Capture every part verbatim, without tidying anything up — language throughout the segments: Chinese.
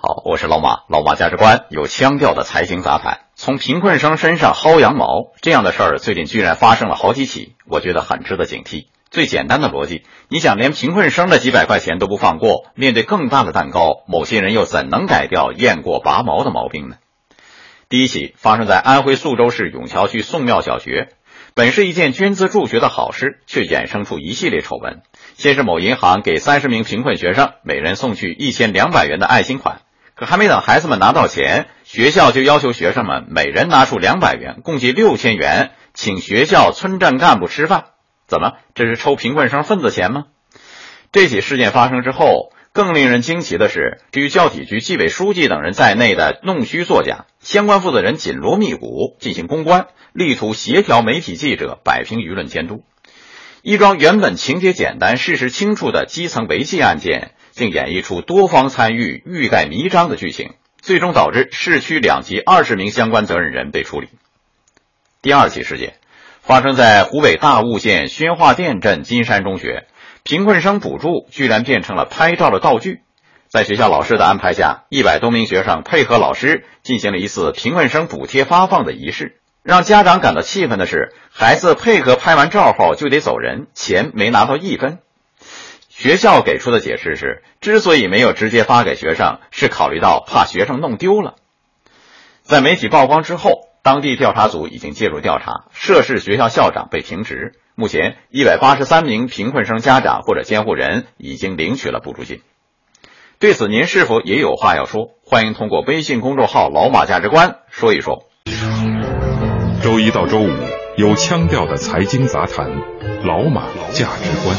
好，我是老马，老马价值观，有腔调的财经杂谈。从贫困生身上薅羊毛，这样的事儿最近居然发生了好几起，我觉得很值得警惕。最简单的逻辑，你想连贫困生的几百块钱都不放过，面对更大的蛋糕，某些人又怎能改掉雁过拔毛的毛病呢？第一起发生在安徽宿州市永桥区宋庙小学，本是一件捐资助学的好事，却衍生出一系列丑闻。先是某银行给三十名贫困学生每人送去一千两百元的爱心款，可还没等孩子们拿到钱，学校就要求学生们每人拿出两百元，共计六千元，请学校村镇干部吃饭。怎么，这是抽贫困生份子钱吗？这起事件发生之后，更令人惊奇的是，对于教体局纪委书记等人在内的弄虚作假，相关负责人紧锣密鼓进行公关，力图协调媒体记者，摆平舆论监督。一桩原本情节简单、事实清楚的基层违纪案件，竟演绎出多方参与、欲盖弥彰的剧情，最终导致市区两级二十名相关责任人被处理。第二起事件发生在湖北大悟县宣化店镇金山中学，贫困生补助居然变成了拍照的道具。在学校老师的安排下，一百多名学生配合老师进行了一次贫困生补贴发放的仪式。让家长感到气愤的是，孩子配合拍完照后就得走人，钱没拿到一分。学校给出的解释是，之所以没有直接发给学生，是考虑到怕学生弄丢了。在媒体曝光之后，当地调查组已经介入调查，涉事学校校长被停职。目前一百八十三名贫困生家长或者监护人已经领取了补助金。对此您是否也有话要说？欢迎通过微信公众号老马价值观说一说。 周一到周五有腔调的财经杂谈，老马价值观。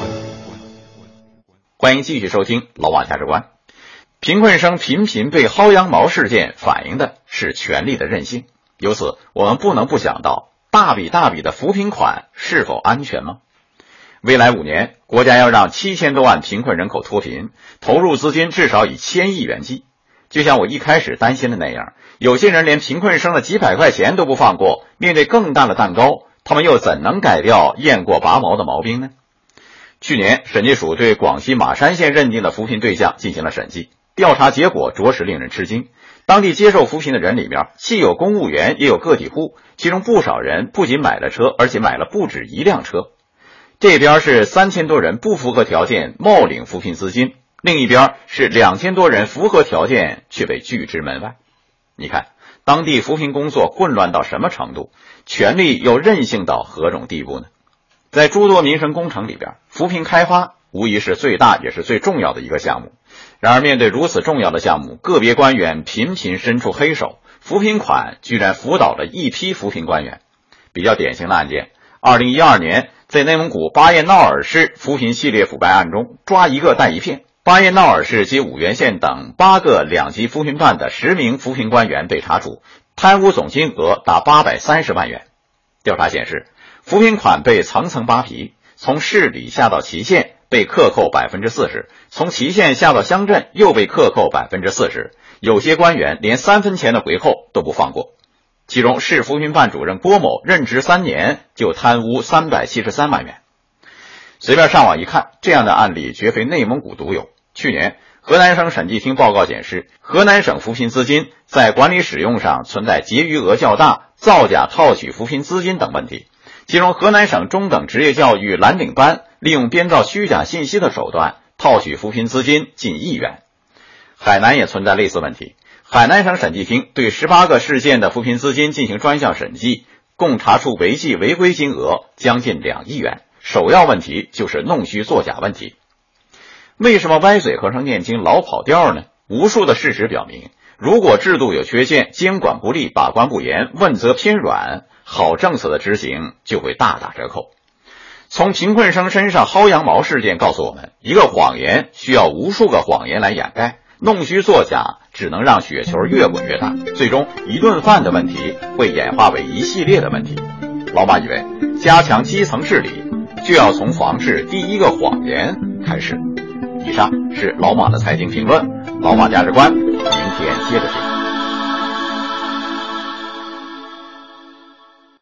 欢迎继续收听老马价值观。贫困生频频被薅羊毛事件反映的是权力的任性，由此我们不能不想到，大笔大笔的扶贫款是否安全吗？未来五年，国家要让七千多万贫困人口脱贫，投入资金至少以千亿元计。就像我一开始担心的那样，有些人连贫困生的几百块钱都不放过，面对更大的蛋糕，他们又怎能改掉雁过拔毛的毛病呢？去年，审计署对广西马山县认定的扶贫对象进行了审计，调查结果着实令人吃惊。当地接受扶贫的人里面，既有公务员，也有个体户，其中不少人不仅买了车，而且买了不止一辆车。这边是三千多人不符合条件冒领扶贫资金，另一边是两千多人符合条件却被拒之门外。你看，当地扶贫工作混乱到什么程度，权力又任性到何种地步呢？在诸多民生工程里边，扶贫开发无疑是最大也是最重要的一个项目。然而面对如此重要的项目，个别官员频频伸出黑手，扶贫款居然辅导了一批扶贫官员。比较典型的案件，二零一二年在内蒙古巴彦淖尔市扶贫系列腐败案中，抓一个带一片，巴彦淖尔市及五原县等八个两级扶贫办的十名扶贫官员被查处，贪污总金额达八百三十万元。调查显示，扶贫款被层层扒皮，从市里下到旗县被克扣 百分之四十， 从旗县下到乡镇又被克扣 百分之四十， 有些官员连三分钱的回扣都不放过。其中市扶贫办主任郭某任职三年就贪污三百七十三万元。随便上网一看，这样的案例绝非内蒙古独有。去年河南省审计厅报告显示，河南省扶贫资金在管理使用上存在结余额较大、造假套取扶贫资金等问题。其中河南省中等职业教育蓝领班利用编造虚假信息的手段套取扶贫资金近亿元。海南也存在类似问题，海南省审计厅对十八个市县的扶贫资金进行专项审计，共查出违纪违规金额将近两亿元。首要问题就是弄虚作假问题。为什么歪嘴和尚念经老跑调呢？无数的事实表明，如果制度有缺陷，监管不力，把关不严，问责偏软，好政策的执行就会大打折扣。从贫困生身上薅羊毛事件告诉我们，一个谎言需要无数个谎言来掩盖，弄虚作假只能让雪球越滚越大，最终一顿饭的问题会演化为一系列的问题。老马以为，加强基层治理就要从防治第一个谎言开始。以上是老马的财经评论，老马价值观，明天接着听。